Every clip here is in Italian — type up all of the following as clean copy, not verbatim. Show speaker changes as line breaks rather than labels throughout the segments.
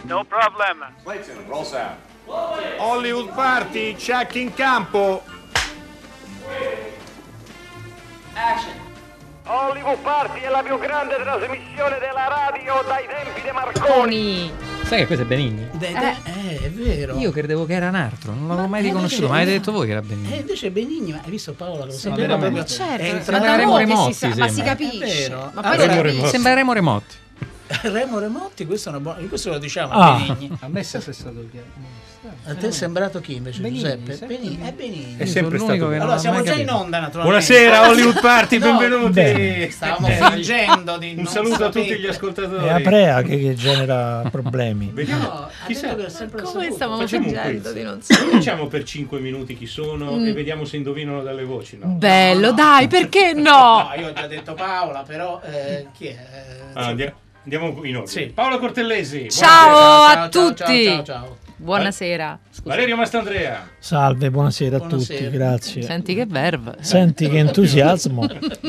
No problem.
Clayton, roll sound.
Hollywood Party, check in campo.
Action. Hollywood Party è la più grande trasmissione della radio dai tempi di Marconi.
Sai che questo è Benigni?
È vero.
Io credevo che era un altro, non l'avevo mai riconosciuto, ma avete detto voi che era Benigni.
Invece è Benigni, ma hai visto Paola che lo
Sì,
sapeva
veramente.
proprio?
Certo,
È
ma
entrato
da
Remo
voi che
Remotti,
si sa, ma si
sembra.
capisce.
È vero.
Ma
Ah,
poi
Remo
si
Remotti.
capisce.
Sembra Remo Remotti.
Remo Remotti, questo è una buona. Questo lo diciamo a Benigni.
A me è sempre stato chiaro.
A te è sembrato chi invece?
Benigni,
Giuseppe?
sì.
Benigni. È Benigni.
È sempre
Sono l'unico
stato.
che non
Allora
ha
siamo
mai
già in
capito.
onda naturalmente.
Buonasera Hollywood Party,
No,
benvenuti.
bene.
Stavamo fingendo di
Un
non
saluto a tutti
sapere.
gli ascoltatori.
È Aprea che genera problemi.
Vediamo.
No, ha
Chissà.
detto che è sempre
Come
saputo.
stavamo
Facciamo un
fingendo
quiz.
di non sapere.
Diciamo per 5 minuti chi sono e vediamo se indovinano dalle voci, no?
Bello,
No.
dai, perché
No,
no?
io ho già detto Paola, però chi è?
Ah, andiamo in ordine.
Sì.
Paolo Cortellesi.
Ciao a
ciao,
tutti.
ciao.
Buonasera. Scusa.
Valerio Mastandrea.
Salve, buonasera a
Buonasera.
tutti, grazie.
Senti che verve.
Senti che entusiasmo.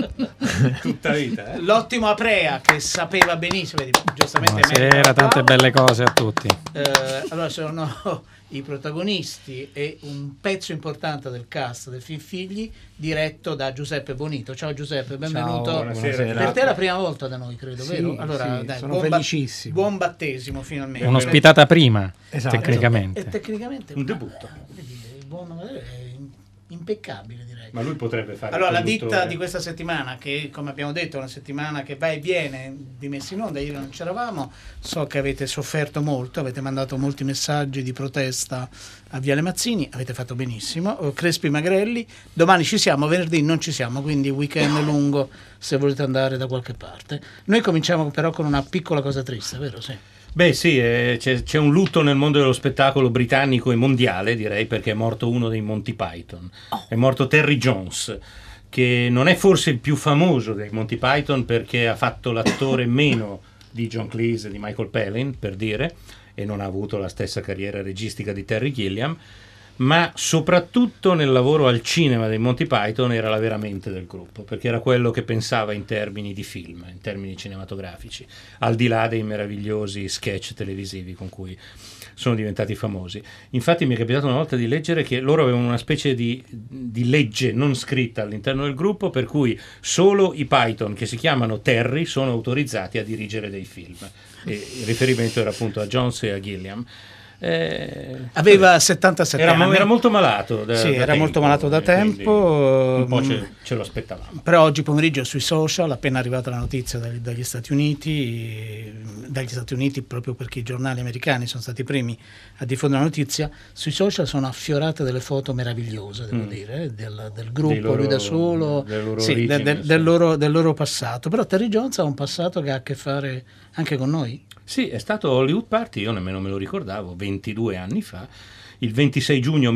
Tutta vita,
L'ottimo Aprea che sapeva benissimo, vedi, giustamente
Buonasera,
meglio
tante
Paola.
belle cose a tutti.
Allora sono i protagonisti e un pezzo importante del cast del film Figli diretto da Giuseppe Bonito. Ciao Giuseppe, benvenuto.
Ciao,
buonasera.
Per te è la prima volta da noi, credo,
Sì,
vero? Allora,
sì,
dai,
sono felicissimo.
buon battesimo finalmente.
Un'ospitata prima,
Esatto.
tecnicamente.
E tecnicamente
Un debutto.
Vedi, il buon Valerio è impeccabile, direi.
Ma lui potrebbe fare
Allora,
il
la
conduttore.
ditta di questa settimana, che come abbiamo detto è una settimana che va e viene di Messi in Onda, ieri non c'eravamo, so che avete sofferto molto, avete mandato molti messaggi di protesta a Viale Mazzini, avete fatto benissimo. Crespi Magrelli, domani ci siamo, venerdì non ci siamo, quindi weekend lungo se volete andare da qualche parte. Noi cominciamo però con una piccola cosa triste, vero? Sì.
Beh sì, c'è un lutto nel mondo dello spettacolo britannico e mondiale, direi, perché è morto uno dei Monty Python. È morto Terry Jones, che non è forse il più famoso dei Monty Python perché ha fatto l'attore meno di John Cleese e di Michael Palin, per dire, e non ha avuto la stessa carriera registica di Terry Gilliam, ma soprattutto nel lavoro al cinema dei Monty Python era la vera mente del gruppo, perché era quello che pensava in termini di film, in termini cinematografici, al di là dei meravigliosi sketch televisivi con cui sono diventati famosi. Infatti mi è capitato una volta di leggere che loro avevano una specie di legge non scritta all'interno del gruppo per cui solo i Python che si chiamano Terry sono autorizzati a dirigere dei film. E il riferimento era appunto a Jones e a Gilliam.
Aveva 77 anni.
Era molto malato da
Sì, era
tempo,
molto malato da
quindi
tempo.
un po' ce lo aspettavamo.
Però oggi pomeriggio sui social, appena arrivata la notizia dagli Stati Uniti proprio perché i giornali americani sono stati i primi a diffondere la notizia, sui social sono affiorate delle foto meravigliose, devo dire, del gruppo, lui da solo, sì, del loro passato. Però Terry Jones ha un passato che ha a che fare anche con noi.
Sì, è stato Hollywood Party, io nemmeno me lo ricordavo, 22 anni fa, il 26 giugno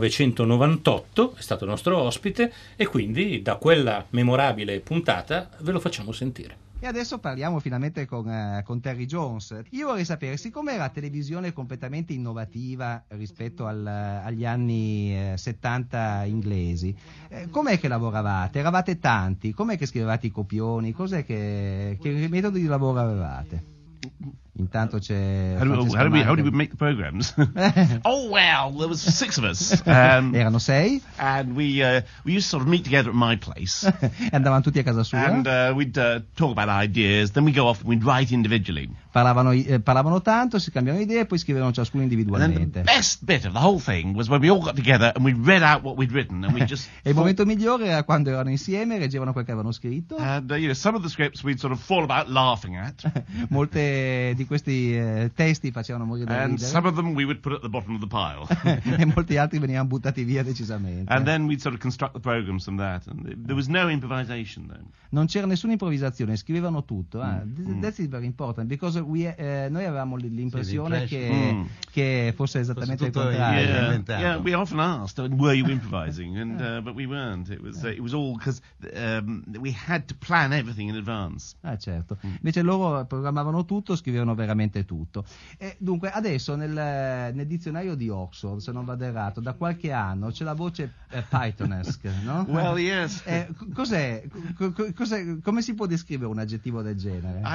1998 è stato nostro ospite e quindi da quella memorabile puntata ve lo facciamo sentire.
E adesso parliamo finalmente con Terry Jones. Io vorrei sapere, siccome era televisione completamente innovativa rispetto agli anni 70 inglesi, com'è che lavoravate? Eravate tanti? Com'è che scrivevate i copioni? Che metodi di lavoro avevate? Intanto c'è
How do we make the programs? Oh well, there was 6 of us.
Erano 6
and we used to sort of meet together at my place.
e andavano tutti a casa sua.
And we'd talk about ideas, then we'd go off and we'd write individually.
Parlavano tanto, si cambiavano idee e poi scrivevano ciascuno
And then the
individualmente.
best bit of the whole thing was when we all got together and we read out what we'd written and we just
E il momento migliore era quando erano insieme, leggevano quel che avevano scritto.
and some of the scripts we'd sort of fall about laughing at,
Molte di questi testi facevano morire da
and
ridere
some of them we would put at the bottom of the pile.
e molti altri venivano buttati via decisamente.
And then we'd sort of construct the programs from that, and there was no improvisation then.
Non c'era nessuna improvvisazione, scrivevano tutto. That's very important because noi avevamo l'impressione che fosse esattamente il contrario.
Yeah, we often asked, were you improvising? And but we weren't. It was all because we had to plan everything in advance.
Ah, certo. Invece loro programmavano tutto, scrivevano veramente tutto. E dunque adesso nel dizionario di Oxford, se non vado errato, da qualche anno c'è la voce Pythonesque, no?
Well, yes.
Come si può descrivere un aggettivo del genere?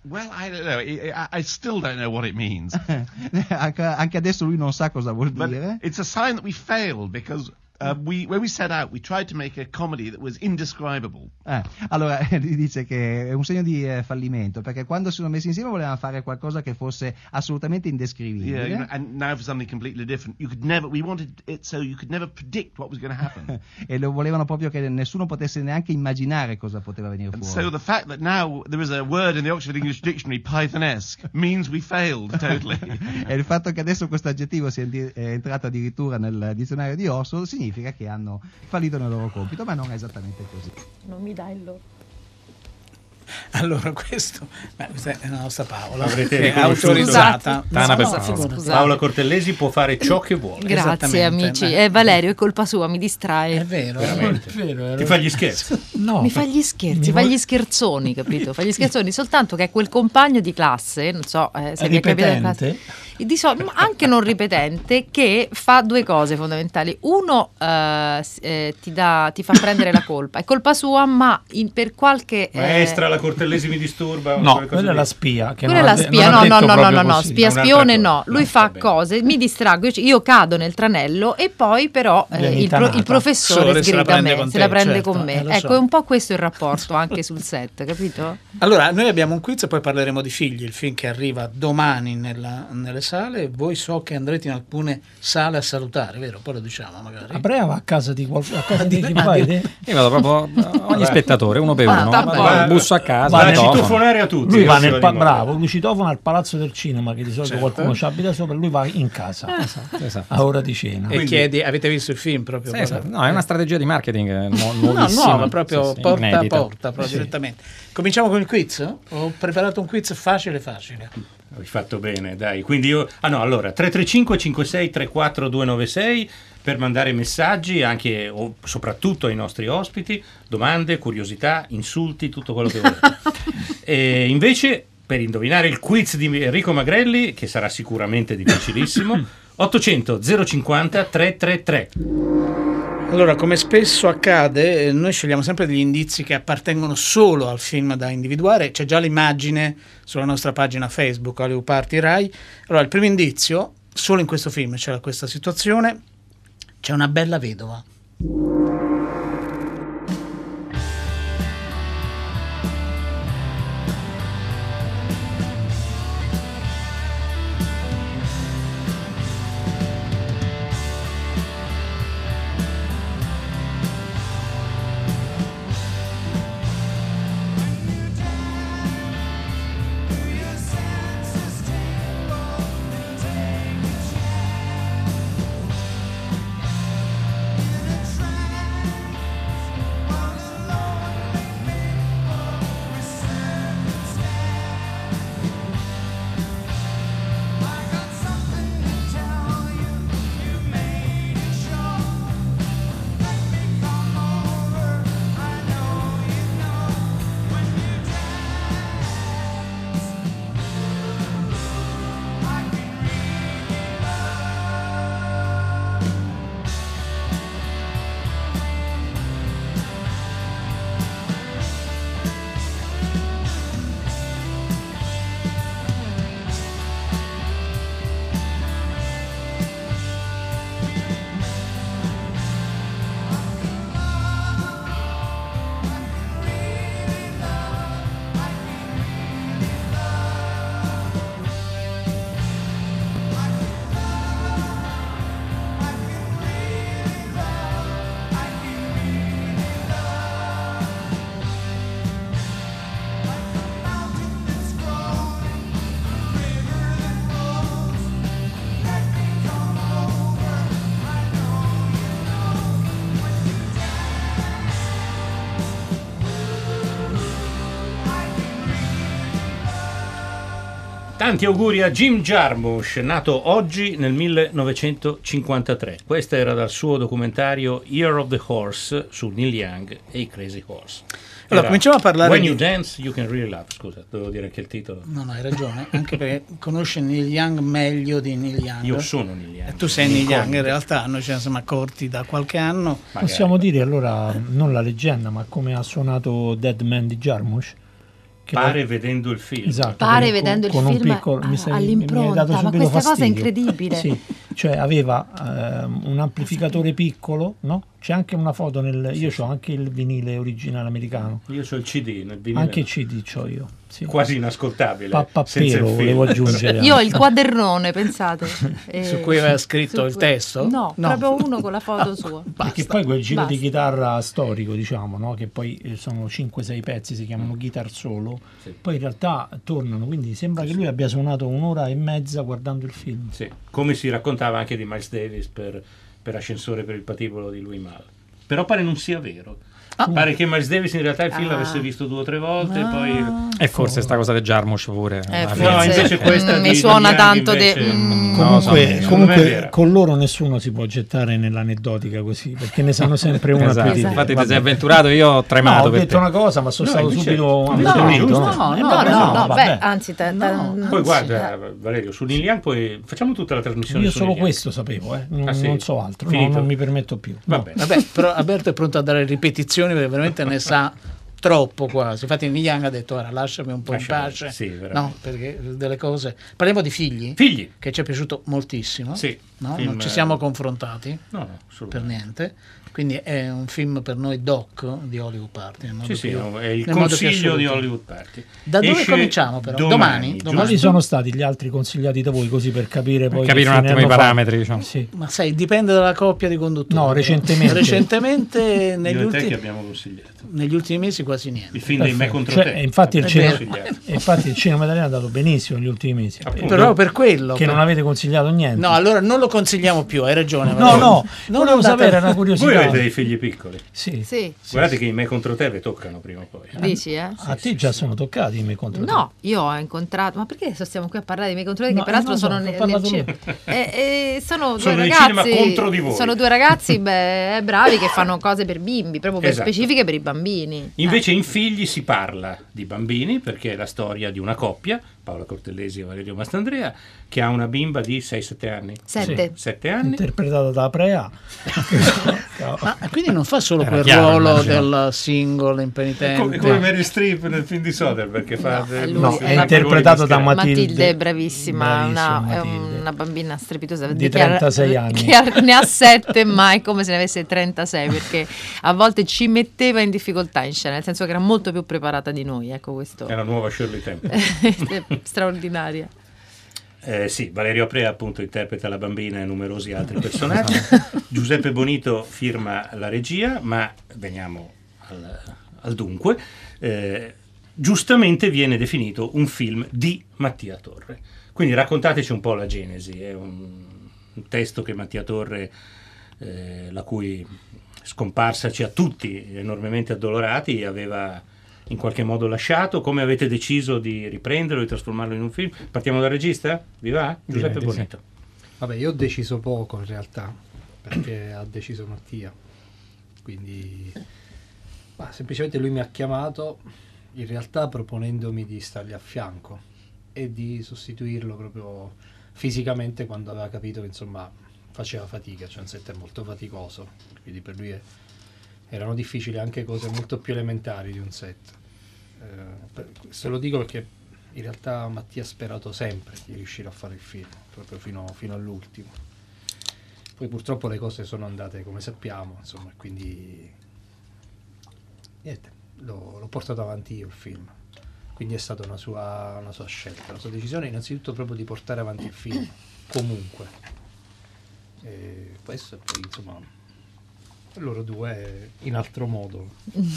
Well, I don't know. I still don't know what it means.
Anche adesso lui non sa cosa vuol
But
dire.
it's a sign that we failed because when we set out, we tried to make a comedy that was indescribable.
Allora lui dice che è un segno di fallimento, perché quando si sono messi insieme volevano fare qualcosa che fosse assolutamente indescrivibile.
Yeah, and now for something completely different. We wanted it so you could never predict what was going to happen.
E lo volevano proprio che nessuno potesse neanche immaginare cosa poteva venire
And
fuori.
so the fact that now there is a word in the Oxford English Dictionary, Pythonesque, means we failed totally.
E il fatto che adesso questo aggettivo sia entrato addirittura nel dizionario di Oxford significa che hanno fallito nel loro compito, ma non è esattamente così.
Non mi dai il loro.
Allora, questa è la nostra Paola,
Avrete
che è
riconosciuto.
autorizzata.
Tana per
figurati.
Scusate.
Paola Cortellesi può fare ciò che vuole.
Grazie
Esattamente,
amici.
beh.
Valerio, è colpa sua, mi distrae.
È vero,
Veramente.
è vero.
Ti fa gli scherzi.
No,
Mi fa gli scherzi, fa gli scherzoni, capito? Fa gli scherzoni, soltanto che è quel compagno di classe, non so se vi è capitato in classe,
ripetente.
ma anche non ripetente, che fa due cose fondamentali. Uno, ti fa prendere la colpa, è colpa sua, ma per qualche
Maestra, la Cortellesi mi disturba.
No,
quelle cose
quella è
lì.
la spia. Che
quella è
non
la
ha-
spia,
non ha
no,
detto
no,
proprio
no,
così.
spia
È un'altra
spione
cosa.
no, lui
No,
fa
va bene.
cose, mi distraggo, io cado nel tranello e poi però
Viene
il
intanata.
professore
Solo se la
sgrida
prende
me,
con
se la
te,
prende
certo,
con me.
lo
Ecco,
so.
è un po' questo il rapporto anche sul set, capito?
Allora, noi abbiamo un quiz e poi parleremo di Figli, il film che arriva domani nelle sale. Voi so che andrete in alcune sale a salutare, vero? Poi lo diciamo magari.
A breve va a casa di qualcuno, a casa di chi vai?
Io vado proprio ogni spettatore, uno per uno,
vabbè.
busso a casa,
Va a
citofono.
citofonare a tutti.
Lui va
che si
nel
di moda.
bravo, lui citofona al Palazzo del Cinema, che di solito
Certo.
qualcuno ci abita sopra, lui va in casa
Esatto.
a ora di cena.
E
Quindi-
chiedi, avete visto il film proprio?
Sì, esatto. No, è una strategia di marketing
No,
nuovissima.
nuova, proprio
Sì, sì,
porta a
inedita.
porta, proprio direttamente. Cominciamo con il quiz? Ho preparato un quiz facile.
Hai fatto bene, dai. Quindi io... allora, 335 56 34 296 per mandare messaggi anche o soprattutto ai nostri ospiti, domande, curiosità, insulti, tutto quello che volete. E invece, per indovinare il quiz di Enrico Magrelli, che sarà sicuramente difficilissimo, 800 050 333.
Allora, come spesso accade, noi scegliamo sempre degli indizi che appartengono solo al film da individuare. C'è già l'immagine sulla nostra pagina Facebook, Hollywood Party Rai. Allora, il primo indizio, solo in questo film c'era questa situazione, c'è una bella vedova.
Tanti auguri a Jim Jarmusch, nato oggi nel 1953. Questo era dal suo documentario Year of the Horse su Neil Young e i Crazy Horse.
Allora, cominciamo a parlare
When
di-
You Dance, You Can Really Love. Scusa, dovevo dire che il titolo...
No, hai ragione, anche perché conosce Neil Young meglio di Neil Young.
Io sono Neil Young.
E tu sei Neil Young, in realtà noi ce ne siamo accorti da qualche anno.
Magari.
Possiamo dire allora, non la leggenda, ma come ha suonato Dead Man di Jarmusch,
Pare vedendo il film.
Esatto,
Pare vedendo il
con un
film
piccolo, mi hai
all'impronta,
dato
ma
subito
questa cosa è
fastidio.
incredibile.
Sì, cioè aveva un amplificatore piccolo, no? C'è anche una foto io ho anche il vinile originale americano.
Io ho il CD nel vinile.
Anche il CD c'ho io. Sì.
Quasi inascoltabile. senza il
Pappero
film.
volevo aggiungere.
Io ho il quadernone, pensate.
Su cui aveva scritto il testo?
No, proprio uno con la foto sua.
Perché poi quel giro
Basta.
di chitarra storico, diciamo, no? Che poi sono 5-6 pezzi, si chiamano Guitar Solo,
Sì.
poi in realtà tornano, quindi sembra che lui abbia suonato 1 ora e mezza guardando il film.
Sì, come si raccontava anche di Miles Davis per Ascensore per il patibolo di Louis Malle. Però pare non sia vero. Pare che Miles Davis in realtà il film l'avesse visto 2 o 3 volte, poi...
E forse sta cosa del Jarmusch pure. alla fine.
No, invece questa
mi
di
suona
Young
tanto
invece-
Comunque,
secondo me è vera.
con loro nessuno si può gettare nell'aneddotica così, perché ne sanno sempre una
Esatto.
più di te.
Infatti ti
Vabbè.
sei avventurato, io ho
No,
tremato
ho
per
detto
te.
una cosa, ma sono
No,
stato
invece-
subito
No,
ammonito,
giusto.
no?
No,
vabbè.
beh, anzi,
Poi guarda, Valerio, su Neil Young poi facciamo tutta la trasmissione
Io
su
solo
Neil Young.
questo sapevo, non,
Ah, sì?
non so altro, no,
Finito?
non mi permetto più.
Va
No.
bene.
Vabbè, però Alberto è pronto a dare ripetizioni perché veramente ne sa troppo quasi. Infatti Neil Young ha detto ora lasciami un po' in
Lasciami,
pace.
sì, veramente.
No, perché delle cose. Parliamo di Figli,
Figli.
che ci è piaciuto moltissimo.
Sì,
No?
film-
Non ci siamo confrontati
No,
per
assolutamente.
niente. Quindi è un film per noi doc di Hollywood Party. nel modo
Sì, sì,
più-
no, è il
nel modo più
consiglio di
assoluto.
Hollywood Party.
Da dove
Esce
cominciamo però? Domani?
giusto?
Quali sono stati gli altri consigliati da voi, così per capire poi
capire
che
un
fine
attimo i
hanno fatto?
parametri, diciamo.
Sì.
Ma sai, dipende dalla coppia di conduttori.
No,
però.
recentemente.
Recentemente negli,
Io e te che abbiamo consigliato.
negli ultimi mesi quasi niente.
Il film dei me contro
Cioè,
te.
infatti, il
Abbiamo
cinema,
consigliato.
infatti il cinema italiano è andato benissimo negli ultimi mesi.
Appunto.
Però per quello.
Che non avete consigliato niente.
No, allora non lo consigliamo più, hai ragione.
no,
Valerio.
no,
Non
volevo
andate-
sapere una
Voi
curiosità.
avete dei figli piccoli.
Sì.
Sì,
Guardate che i me contro te vi toccano prima o poi.
dici,
A te già sono toccati i miei contro te?
No, io ho incontrato, ma perché adesso stiamo qui a parlare dei miei controlli che
No,
peraltro
non so,
sono
ho
nel
parlato
cinema. Sono due
Sono nel cinema
ragazzi,
contro di voi.
sono due ragazzi bravi che fanno cose per bimbi, proprio per
Esatto.
specifiche per i bambini.
Invece in Figli si parla di bambini perché è la storia di una coppia, Paola Cortellesi e Valerio Mastandrea, che ha una bimba di 6-7 anni.
7.
7 anni.
Interpretata da Prea.
Ma quindi non fa solo
Era
quel
chiaro,
ruolo
immagino.
del single impenitente.
Come Mary Streep nel film di Soderbergh che fa
è lui.
No, è
Ma-
interpretato da
Matilde
Matilde.
è bravissima, è
Matilde.
una bambina strepitosa
Di 36 anni.
ne ha 7, ma è come se ne avesse 36 perché a volte ci metteva in difficoltà in scena, nel senso che era molto più preparata di noi, ecco questo.
È la nuova Shirley Temple.
È straordinaria.
Sì, Valerio Aprea appunto interpreta la bambina e numerosi altri personaggi. Giuseppe Bonito firma la regia, ma veniamo al dunque. Giustamente viene definito un film di Mattia Torre. Quindi raccontateci un po' la genesi. È un testo che Mattia Torre, la cui scomparsa ci ha tutti enormemente addolorati, aveva in qualche modo lasciato. Come avete deciso di riprenderlo, di trasformarlo in un film? Partiamo dal regista? Vi va? Giuseppe
Direi di sì.
Bonito.
Vabbè, io ho deciso poco in realtà, perché ha deciso Mattia. Quindi semplicemente lui mi ha chiamato, in realtà proponendomi di stargli a fianco e di sostituirlo proprio fisicamente quando aveva capito che insomma faceva fatica, cioè un set è molto faticoso, quindi per lui erano difficili anche cose molto più elementari di un set. Se lo dico perché in realtà Mattia ha sperato sempre di riuscire a fare il film, proprio fino all'ultimo. Poi purtroppo le cose sono andate come sappiamo, insomma, quindi niente, l'ho portato avanti io il film. Quindi è stata una sua scelta, la sua decisione innanzitutto proprio di portare avanti il film, comunque. E questo e poi insomma loro due in altro modo.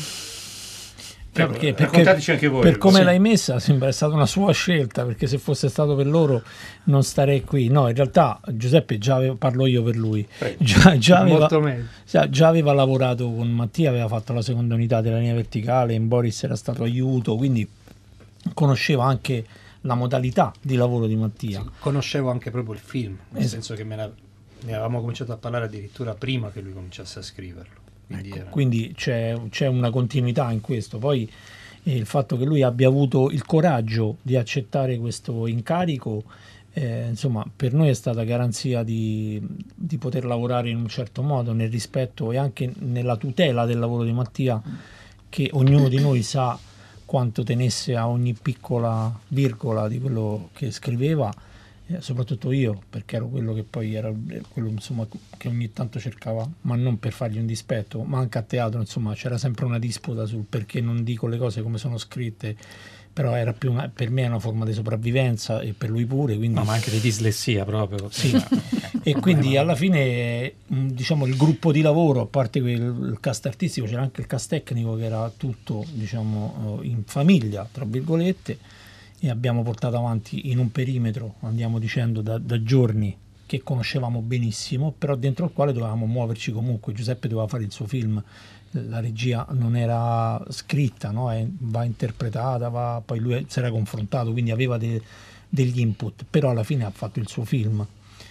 Raccontateci anche voi.
Per come
Sì.
l'hai messa sembra è stata una sua scelta, perché se fosse stato per loro non starei qui. No, in realtà Giuseppe parlo io per lui, già
Molto meglio.
aveva lavorato con Mattia, aveva fatto la seconda unità della linea verticale, in Boris era stato aiuto, quindi conosceva anche la modalità di lavoro di Mattia.
Sì, conoscevo anche proprio il film, nel
Esatto.
senso che ne avevamo cominciato a parlare addirittura prima che lui cominciasse a scriverlo. Quindi,
Ecco, quindi c'è una continuità in questo. Poi il fatto che lui abbia avuto il coraggio di accettare questo incarico, insomma, per noi è stata garanzia di poter lavorare in un certo modo, nel rispetto e anche nella tutela del lavoro di Mattia, che ognuno di noi sa quanto tenesse a ogni piccola virgola di quello che scriveva, soprattutto io, perché ero quello che poi era quello, insomma, che ogni tanto cercava, ma non per fargli un dispetto, ma anche a teatro, insomma, c'era sempre una disputa sul perché non dico le cose come sono scritte, però era più per me è una forma di sopravvivenza e per lui pure, quindi...
No, ma anche di dislessia proprio.
Sì. E quindi alla fine, diciamo, il gruppo di lavoro, a parte il cast artistico, c'era anche il cast tecnico che era tutto, diciamo, in famiglia, tra virgolette, e abbiamo portato avanti in un perimetro, andiamo dicendo, da giorni che conoscevamo benissimo, però dentro il quale dovevamo muoverci comunque. Giuseppe doveva fare il suo film, la regia non era scritta, no? Va interpretata, poi lui si era confrontato, quindi aveva degli input, però alla fine ha fatto il suo film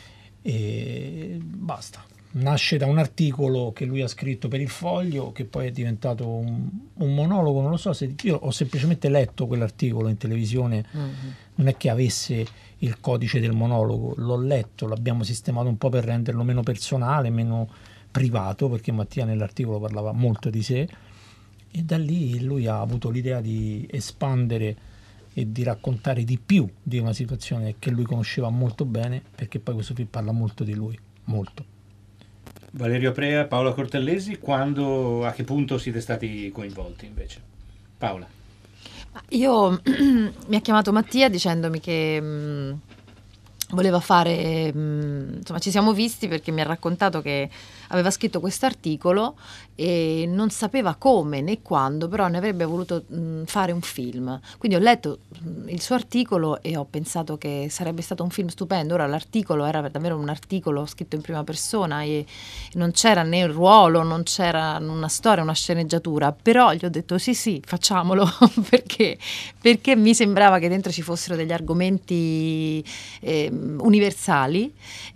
e basta. Nasce da un articolo che lui ha scritto per il Foglio, che poi è diventato un monologo, non lo so se io ho semplicemente letto quell'articolo in televisione, non è che avesse il codice del monologo, l'ho letto, l'abbiamo sistemato un po' per renderlo meno personale, meno privato, perché Mattia nell'articolo parlava molto di sé, e da lì lui ha avuto l'idea di espandere e di raccontare di più di una situazione che lui conosceva molto bene, perché poi questo film parla molto di lui, molto.
Valerio Aprea, Paola Cortellesi, a che punto siete stati coinvolti invece? Paola.
Io mi ha chiamato Mattia dicendomi che voleva fare, insomma ci siamo visti perché mi ha raccontato che aveva scritto questo articolo e non sapeva come né quando, però ne avrebbe voluto fare un film. Quindi ho letto il suo articolo e ho pensato che sarebbe stato un film stupendo. Ora l'articolo era davvero un articolo scritto in prima persona e non c'era né un ruolo, non c'era una storia, una sceneggiatura, però gli ho detto sì, facciamolo perché mi sembrava che dentro ci fossero degli argomenti universali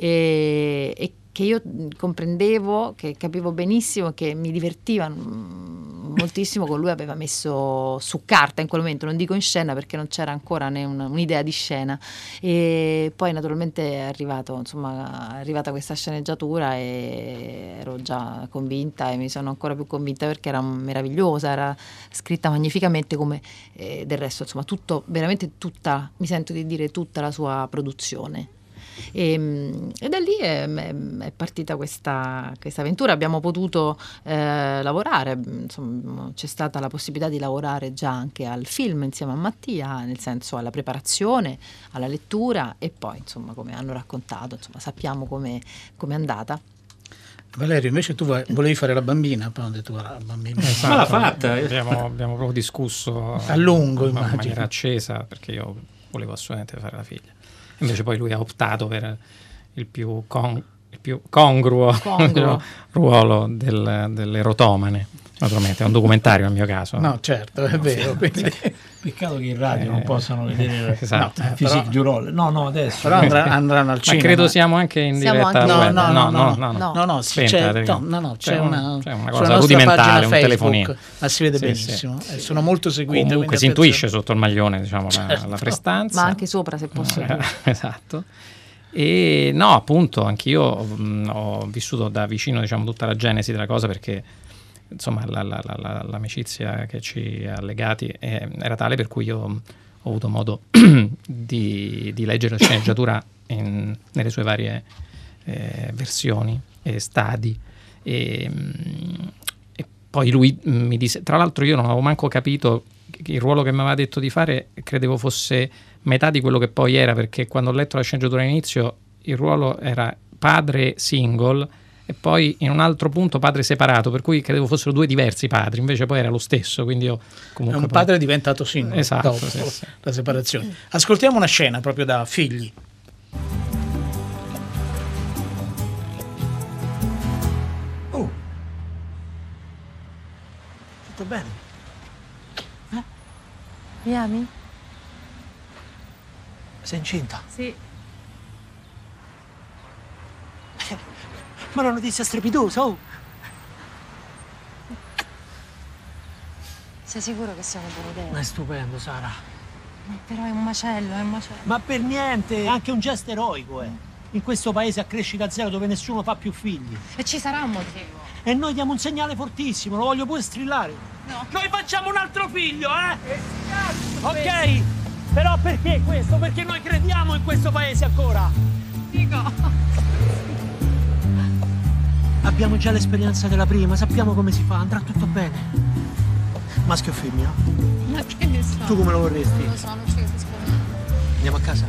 e che io comprendevo, che capivo benissimo, che mi divertiva moltissimo. Con lui aveva messo su carta in quel momento, non dico in scena perché non c'era ancora né un'idea di scena, e poi naturalmente è arrivata questa sceneggiatura e ero già convinta e mi sono ancora più convinta perché era meravigliosa, era scritta magnificamente come del resto, insomma tutto, veramente tutta, mi sento di dire tutta la sua produzione. E da lì è partita questa avventura. Abbiamo potuto lavorare, insomma, c'è stata la possibilità di lavorare già anche al film insieme a Mattia, nel senso alla preparazione, alla lettura e poi insomma come hanno raccontato, insomma sappiamo come è andata.
Valerio, invece tu volevi fare la bambina, poi ho detto la bambina.
Esatto.
Ma l'ha fatta.
Abbiamo proprio discusso
a lungo,
in
immagino.
maniera accesa, perché io volevo assolutamente fare la figlia. Invece poi lui ha optato per il più congruo ruolo dell'erotomane. Naturalmente è un documentario nel mio caso.
No, certo, è vero. Quindi...
Peccato che in radio non possano vedere
esatto.
Physique du role. No, adesso.
Però andranno al cinema.
Ma credo siamo anche in diretta.
No, c'è una cosa rudimentale, un telefonino. Ma si vede benissimo. Sono molto seguite.
Comunque si intuisce sotto il maglione, diciamo,
certo.
la prestanza.
Ma anche sopra, se posso dire. Esatto.
E no, appunto, anch'io ho vissuto da vicino, diciamo, tutta la genesi della cosa, perché insomma l'amicizia che ci ha legati era tale per cui io ho avuto modo di leggere la sceneggiatura nelle sue varie versioni e stadi e poi lui mi disse, tra l'altro io non avevo manco capito che il ruolo che mi aveva detto di fare, credevo fosse metà di quello che poi era, perché quando ho letto la sceneggiatura all'inizio il ruolo era padre single e poi in un altro punto padre separato, per cui credevo fossero due diversi padri, invece poi era lo stesso, quindi io comunque...
È un padre diventato single dopo la separazione. Ascoltiamo una scena proprio da Figli.
Oh, tutto bene?
Mi ami?
Sei incinta?
Sì.
Ma una notizia strepitosa, oh!
Sei sicuro che sia una buona idea?
Ma è stupendo, Sara.
Però è un macello,
Ma per niente, è anche un gesto eroico, in questo paese a crescita zero dove nessuno fa più figli.
E ci sarà un motivo.
E noi diamo un segnale fortissimo, lo voglio pure strillare.
No.
Noi facciamo un altro figlio, ok? Però perché questo? Perché noi crediamo in questo paese ancora.
Dico.
Abbiamo già l'esperienza della prima, sappiamo come si fa, andrà tutto bene. Maschio o femmina?
Ma che ne so?
Tu come lo vorresti?
Non lo so, non ci capisco.
Andiamo a casa?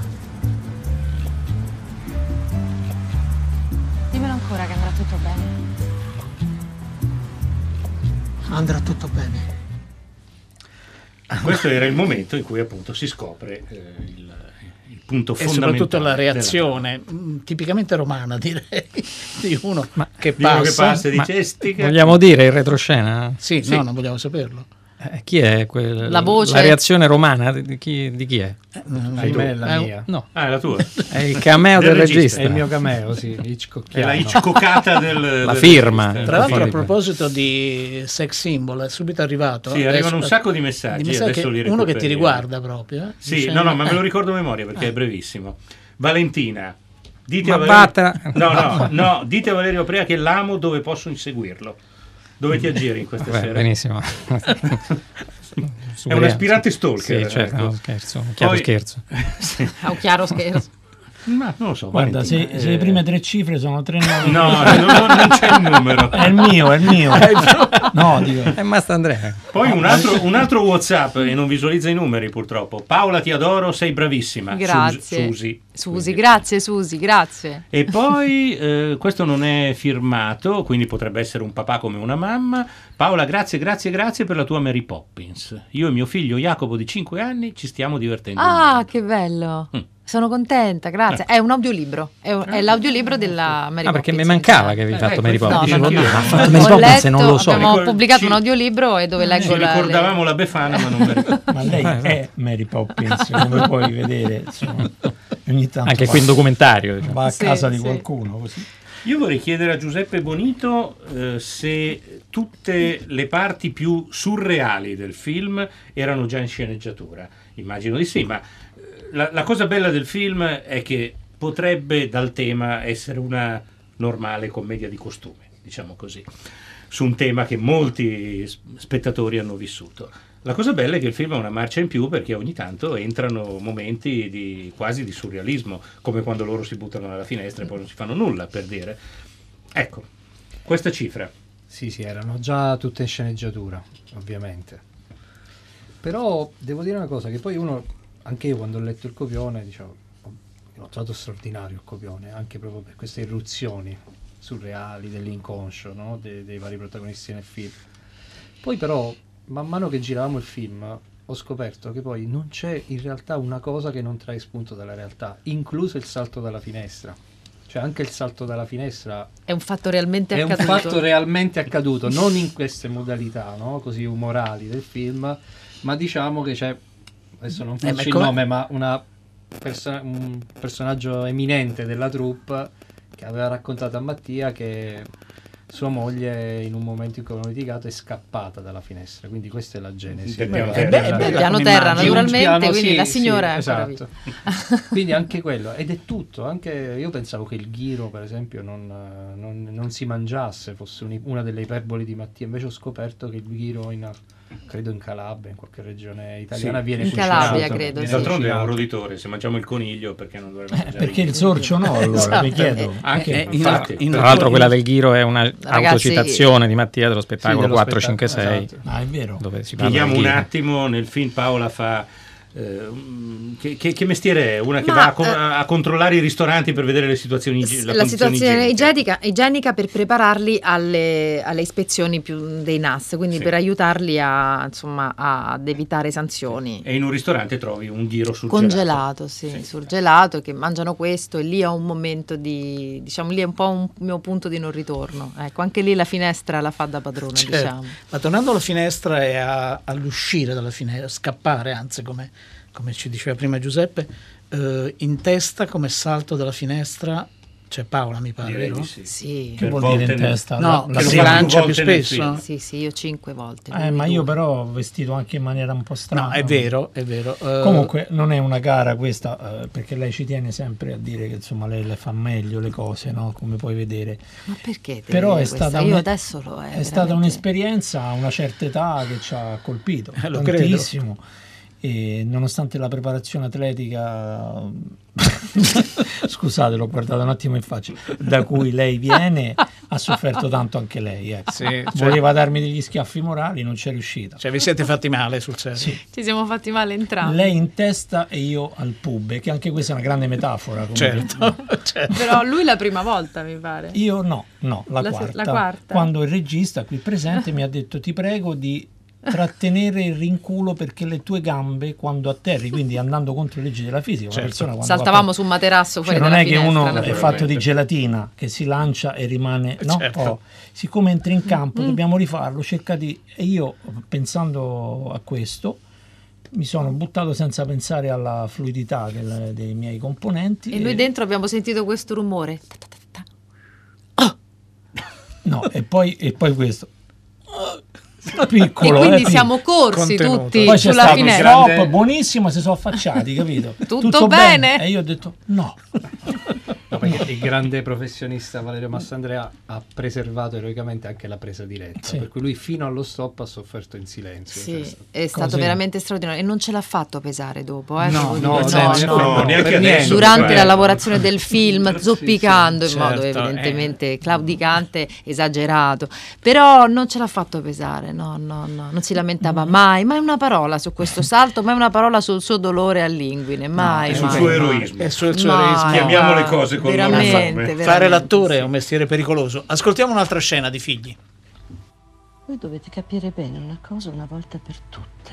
Dimmelo ancora che andrà tutto bene.
Andrà tutto bene.
Questo era il momento in cui appunto si scopre il punto
E
fondamentale.
soprattutto la
della
reazione, tipicamente romana, direi, di uno che
Di uno che
passa.
passa e dice "Stica".
Vogliamo dire in retroscena?
Sì, no, non vogliamo saperlo.
Chi è
La voce?
La reazione romana di chi è?
Ahimè, è la mia.
No,
Ah, è la tua.
è il cameo del regista.
È il mio cameo, sì,
È la
Hitchcockiano.
Hitchcockata del
La
del
firma.
regista.
Tra l'altro, a
Fuori-
proposito di sex symbol, è subito arrivato.
Sì, arrivano un sacco di messaggi, adesso
che
li
uno che ti
recuperiamo.
riguarda proprio.
Sì,
Dicendo-
no, ma me lo ricordo a memoria perché è brevissimo. Valentina, dite
Ma
a Valerio...
batta-
No, dite a Valerio Aprea che l'amo dove posso inseguirlo. Dove ti aggiri in queste
Vabbè,
sere?
benissimo.
È un aspirante stalker.
Sì, certo,
ecco.
no, scherzo, un chiaro
Poi-
scherzo.
Sì.
Ha un chiaro scherzo.
Ma non lo so.
Guarda,
Valentina,
se le prime 3 cifre sono 3
No, non c'è il numero.
È il mio, è il mio. No, dico.
È Mastandrea.
Poi un altro WhatsApp e non visualizza i numeri purtroppo. Paola, ti adoro, sei bravissima.
Grazie.
Susi.
Susi,
Quindi.
grazie Susi, grazie.
E poi questo non è firmato, quindi potrebbe essere un papà come una mamma. Paola, grazie per la tua Mary Poppins. Io e mio figlio Jacopo di 5 anni ci stiamo divertendo.
Ah, che bello. Sono contenta, grazie. È un audiolibro, è l'audiolibro della Mary
Ah, perché
Poppins.
mi mancava che avevi fatto Mary
No,
Poppins.
no, no,
anch'io.
no.
Ha fatto
Ho
Mary Poppins e
letto,
non lo so.
abbiamo
Ecco,
pubblicato
ci-
un audiolibro e dove leggo
Ci ricordavamo la Befana, ma non Mary
Ma lei è Mary Poppins, come puoi vedere. Insomma, ogni tanto
Anche qui in documentario. Diciamo.
va a
Sì,
casa di
sì.
qualcuno. Così.
Io vorrei chiedere a Giuseppe Bonito se tutte le parti più surreali del film erano già in sceneggiatura. Immagino di sì, ma la cosa bella del film è che potrebbe dal tema essere una normale commedia di costume, diciamo così, su un tema che molti spettatori hanno vissuto. La cosa bella è che il film ha una marcia in più perché ogni tanto entrano momenti quasi di surrealismo, come quando loro si buttano dalla finestra e poi non si fanno nulla, per dire. Ecco, questa cifra.
Sì, erano già tutte in sceneggiatura, ovviamente. Però devo dire una cosa, che poi anche io quando ho letto il copione, diciamo, l'ho trovato straordinario il copione, anche proprio per queste irruzioni surreali dell'inconscio, no? dei vari protagonisti nel film. Poi però, man mano che giravamo il film, ho scoperto che poi non c'è in realtà una cosa che non trae spunto dalla realtà, incluso il salto dalla finestra. Cioè anche il salto dalla finestra
È un fatto realmente
è
accaduto.
un fatto realmente accaduto, non in queste modalità, no? Così umorali del film, ma diciamo che c'è, adesso non faccio il nome, ma un personaggio eminente della troupe che aveva raccontato a Mattia che sua moglie in un momento in cui hanno litigato è scappata dalla finestra, quindi questa è la genesi
Del piano
Del
terra.
Piano
come
terra,
immagini.
naturalmente,
Piano,
quindi
sì,
la signora è
sì,
ancora
esatto. Quindi anche quello, ed è tutto, anche io pensavo che il ghiro per esempio non si mangiasse, fosse una delle iperboli di Mattia, invece ho scoperto che il ghiro credo in Calabria, in qualche regione italiana,
Sì.
viene
In
cucinato.
Calabria, credo,
Viene
sì.
D'altronde è un
cucinato.
roditore, se mangiamo il coniglio perché non dovremmo mangiare
Perché il
ghiro?
sorcio no, allora, vi chiedo.
Anche,
in-
Tra l'altro quella del ghiro è una
Ragazzi,
autocitazione di Mattia dello spettacolo
dello
456,
esatto.
Ah, è vero.
dove si parla
Spieghiamo
del
un
ghiro.
attimo, nel film Paola fa che mestiere è? Una che
Ma,
va a controllare i ristoranti per vedere le situazioni
La situazione igienica per prepararli alle ispezioni più dei NAS, quindi
Sì.
per aiutarli ad evitare sanzioni.
E in un ristorante trovi un ghiro surgelato.
Congelato, sì, surgelato, che mangiano questo e lì ho un momento di, diciamo, lì è un po' un mio punto di non ritorno. Ecco, anche lì la finestra la fa da padrona,
Certo.
diciamo.
Ma tornando alla finestra e all'uscire dalla finestra, scappare, anzi, come ci diceva prima Giuseppe, in testa come salto dalla finestra C'è Paola, mi pare,
Direi
vero?
di sì.
Sì.
Che vuol dire in testa?
No,
La
che si
sera?
lancia più
volte nel
spesso.
Sì, sì, io 5 volte.
Ma
lui
io
2.
però ho vestito anche in maniera un po' strana.
No, è vero, è vero.
Comunque non è una gara questa, perché lei ci tiene sempre a dire che insomma lei le fa meglio le cose, no? Come puoi vedere.
Ma perché?
Però è
questa?
stata,
Io adesso lo
è stata un'esperienza a una certa età che ci ha colpito
Lo
tantissimo. E nonostante la preparazione atletica, scusate, l'ho guardata un attimo in faccia, da cui lei viene, ha sofferto tanto anche lei. Ecco.
Sì,
Voleva darmi degli schiaffi morali, non c'è riuscita.
Cioè vi siete fatti male sul serio?
Sì.
Ci siamo fatti male entrambi.
Lei in testa e io al pube, che anche questa è una grande metafora.
Certo.
Però lui la prima volta, mi pare.
Io no, la quarta.
La quarta.
Quando il regista qui presente mi ha detto ti prego di trattenere il rinculo perché le tue gambe quando atterri, quindi andando contro le leggi della fisica, una persona quando
saltavamo su un materasso fuori
non
dalla
è che
finestra,
uno è fatto di gelatina che si lancia e rimane, no?
Certo.
Siccome entri in campo dobbiamo rifarlo, cerca di... E io pensando a questo mi sono buttato senza pensare alla fluidità dei miei componenti
e noi dentro abbiamo sentito questo rumore.
no, e poi questo piccolo,
e quindi siamo corsi
Contenuto.
tutti
poi c'è
sulla
stato
finestra.
stop, buonissimo, si sono affacciati, capito?
Tutto bene?
E io ho detto no.
No, perché il grande professionista Valerio Massandrea ha preservato eroicamente anche la presa diretta,
Sì.
per cui lui fino allo stop ha sofferto in silenzio.
Sì,
Cioè,
è stato
Così.
veramente straordinario e non ce l'ha fatto pesare dopo.
No,
devo
no,
dire.
no,
neanche
per
adesso.
niente.
Durante la
Sì,
lavorazione del film, zoppicando in
sì,
modo
certo,
evidentemente claudicante, esagerato, però non ce l'ha fatto pesare, no, non si lamentava mai una parola su questo salto, mai una parola sul suo dolore all'inguine, mai.
e sul
mai,
suo
mai.
eroismo.
E sul suo
Mai,
eroismo.
Chiamiamo le
guarda,
cose con il loro
veramente,
nome.
veramente,
Fare l'attore
sì.
è un mestiere pericoloso. Ascoltiamo un'altra scena di Figli.
Voi dovete capire bene una cosa una volta per tutte.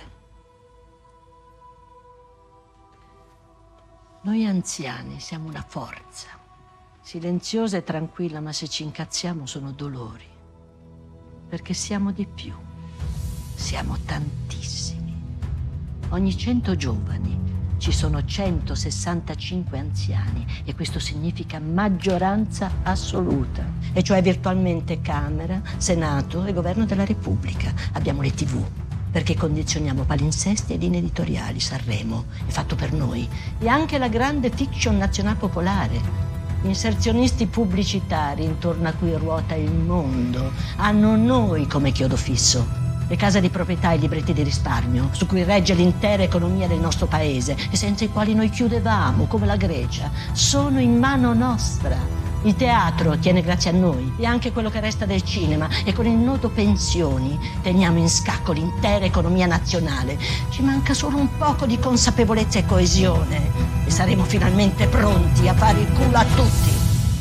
Noi anziani siamo una forza, silenziosa e tranquilla, ma se ci incazziamo sono dolori, perché siamo di più, siamo tantissimi. Ogni 100 giovani ci sono 165 anziani e questo significa maggioranza assoluta, e cioè virtualmente Camera, Senato e Governo della Repubblica. Abbiamo le TV, perché condizioniamo palinsesti ed editoriali. Sanremo è fatto per noi, e anche la grande fiction nazional-popolare. Inserzionisti pubblicitari intorno a cui ruota il mondo hanno noi come chiodo fisso. Le case di proprietà e i libretti di risparmio su cui regge l'intera economia del nostro paese e senza i quali noi chiudevamo come la Grecia sono in mano nostra. Il teatro tiene grazie a noi e anche quello che resta del cinema, e con il nodo pensioni teniamo in scacco l'intera economia nazionale. Ci manca solo un poco di consapevolezza e coesione e saremo finalmente pronti a fare il culo a tutti.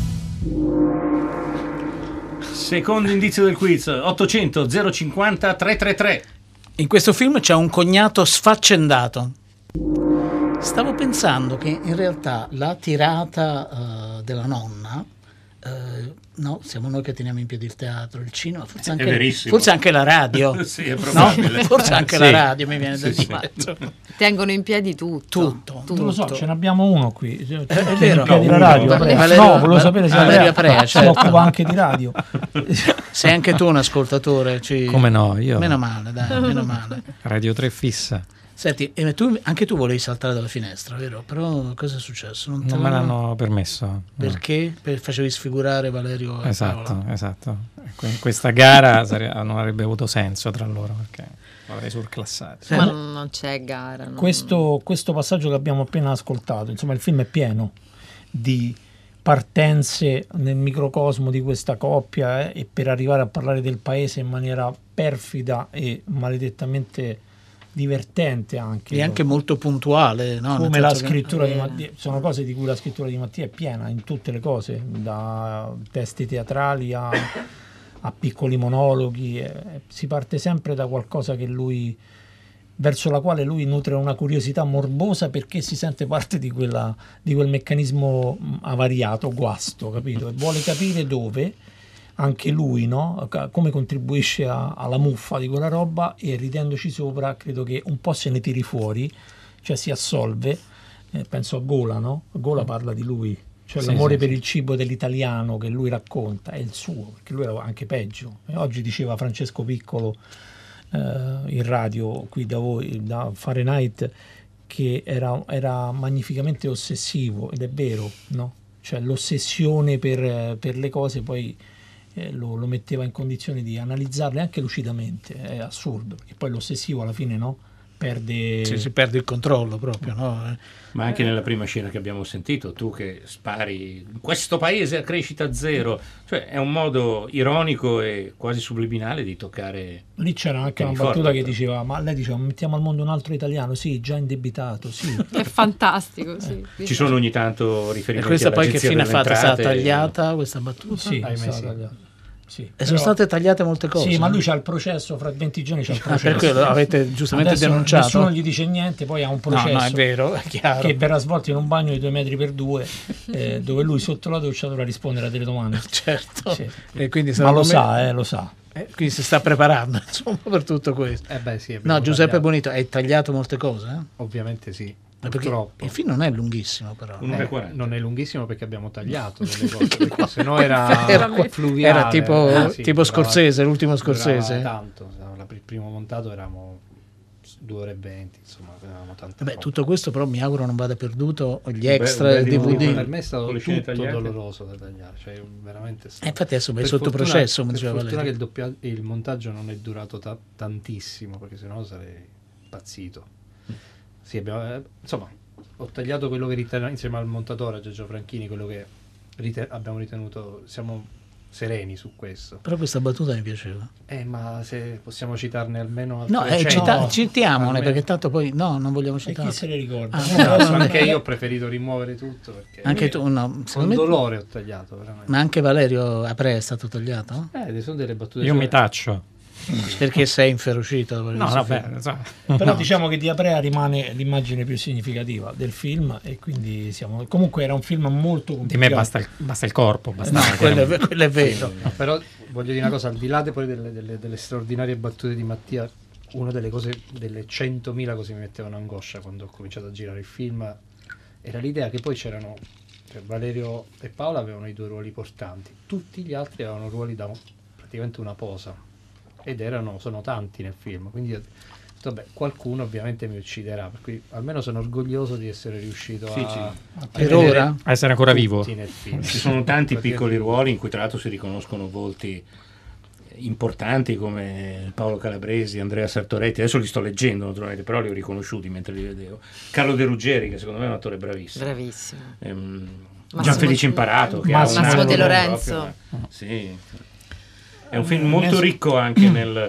Secondo indizio del quiz, 800 050 333.
In questo film c'è un cognato sfaccendato. Stavo pensando che in realtà la tirata della nonna, no, siamo noi che teniamo in piedi il teatro, il cinema, forse anche,
verissimo.
forse anche la radio.
Sì, è probabile.
No? Forse anche
Sì.
la radio mi viene da
Sì,
dire.
Tengono in piedi tutto.
Non lo so, ce ne abbiamo uno qui.
È vero.
Di la radio. No, volevo sapere se
Valeria Prea,
si
certo.
occupa anche di radio.
Sei anche tu un ascoltatore?
Come no, io.
Meno male, dai, meno male.
Radio 3 fissa.
Senti, anche tu volevi saltare dalla finestra, vero? Però cosa è successo?
Non me l'hanno permesso.
Perché? Facevi sfigurare Valerio e Paola.
Esatto. Questa gara non avrebbe avuto senso tra loro, perché l'avrei surclassato.
Ma non c'è gara.
Questo passaggio che abbiamo appena ascoltato, insomma, il film è pieno di partenze nel microcosmo di questa coppia, e per arrivare a parlare del paese in maniera perfida e maledettamente divertente anche.
E anche molto puntuale, no?
Come la scrittura di Mattia, sono cose di cui la scrittura di Mattia è piena in tutte le cose, da testi teatrali a piccoli monologhi, si parte sempre da qualcosa che lui, verso la quale lui nutre una curiosità morbosa, perché si sente parte di quel meccanismo avariato, guasto, capito? E vuole capire dove anche lui, no? Come contribuisce alla muffa di quella roba, e ridendoci sopra credo che un po' se ne tiri fuori, cioè si assolve. Penso a Gola, no? Gola parla di lui, Cioè
Sì,
l'amore
sì,
per
sì.
il cibo dell'italiano che lui racconta è il suo, perché lui era anche peggio. E oggi diceva Francesco Piccolo in radio qui da voi, da Fahrenheit, che era magnificamente ossessivo, ed è vero, no? Cioè l'ossessione per le cose poi lo metteva in condizione di analizzarle anche lucidamente. È assurdo, perché poi l'ossessivo alla fine, no? Perde...
si perde il controllo proprio, no?
Ma anche nella prima scena che abbiamo sentito, tu che spari in questo paese a crescita zero, cioè è un modo ironico e quasi subliminale di toccare.
Lì c'era anche una battuta che diceva, ma lei diceva, mettiamo al mondo un altro italiano, sì, già indebitato, sì.
È fantastico, sì.
Ci sono ogni tanto riferimenti.
E questa poi che
all'Agenzia
fine ha
delle
fatto? È stata
Entrate.
tagliata questa battuta?
Sì, è
Ahimè,
stata
sì.
tagliata. Sì,
E sono state tagliate molte cose.
Sì, ma lui c'ha il processo, fra 20 giorni c'ha il processo.
per quello avete giustamente
Adesso
denunciato.
Nessuno gli dice niente, poi ha un processo.
No, è vero, è chiaro.
Che verrà svolto in un bagno di 2 metri per 2, dove lui sotto la doccia dovrà rispondere a delle domande.
Certo.
Sì.
E quindi
Ma lo sa, lo sa.
Quindi si sta preparando, insomma, per tutto questo.
Beh, sì,
No, Giuseppe
tagliato.
Bonito, hai tagliato molte cose?
Ovviamente sì.
Perché
Purtroppo.
il film non è lunghissimo, però.
Non è lunghissimo perché abbiamo tagliato delle cose, perché sennò era fluviale.
Era tipo,
sì,
tipo
durava-
Scorsese, l'ultimo
durava
Scorsese.
tanto, il primo montato eravamo 2 ore e 20, insomma, avevamo tante
Beh,
cose.
tutto questo però mi auguro non vada perduto gli
bel
extra il DVD.
Per me è stato
Con le scene
tutto
tagliate.
doloroso da tagliare, cioè veramente
infatti adesso vai
per
sotto
fortuna-
processo, come
per
diceva
fortuna
Valerio.
che il montaggio non è durato tantissimo, perché sennò sarei impazzito. Sì, insomma, ho tagliato quello che insieme al montatore Giorgio Franchini, quello che abbiamo ritenuto, siamo sereni su questo.
Però questa battuta mi piaceva.
Ma se possiamo citarne almeno
No,
altre 100,
citiamole,
almeno.
perché tanto poi no, non vogliamo
E
citare.
chi se le ricorda?
Anche io ho preferito rimuovere tutto, perché
Anche tu, no,
con
secondo me-
dolore ho tagliato veramente.
Ma anche Valerio Apre è stato tagliato?
Sono delle battute.
Io mi taccio.
Perché sei inferocito?
No, vabbè,
Però diciamo che di Aprea rimane l'immagine più significativa del film, e quindi comunque era un film molto
Di
complicato.
me basta il corpo. Basta
No, quello è vero.
No, però voglio dire una cosa, al di là poi delle straordinarie battute di Mattia, una delle cose, delle 100.000 cose che mi mettevano angoscia quando ho cominciato a girare il film, era l'idea che poi c'erano, cioè Valerio e Paola avevano i 2 ruoli portanti, tutti gli altri avevano ruoli da praticamente una posa, ed sono tanti nel film, quindi vabbè, qualcuno ovviamente mi ucciderà, per cui almeno sono orgoglioso di essere riuscito a
Per ora?
A essere ancora vivo.
tutti nel film.
Ci sono tanti
Perché-
piccoli ruoli in cui tra l'altro si riconoscono volti importanti come Paolo Calabresi, Andrea Sartoretti, adesso li sto leggendo naturalmente, però li ho riconosciuti mentre li vedevo. Carlo De Ruggeri, che secondo me è un attore bravissimo.
Bravissimo.
Gianfelice Imparato, che
Massimo
ha un
De
ruolo
Lorenzo.
proprio, sì. È un film molto ricco anche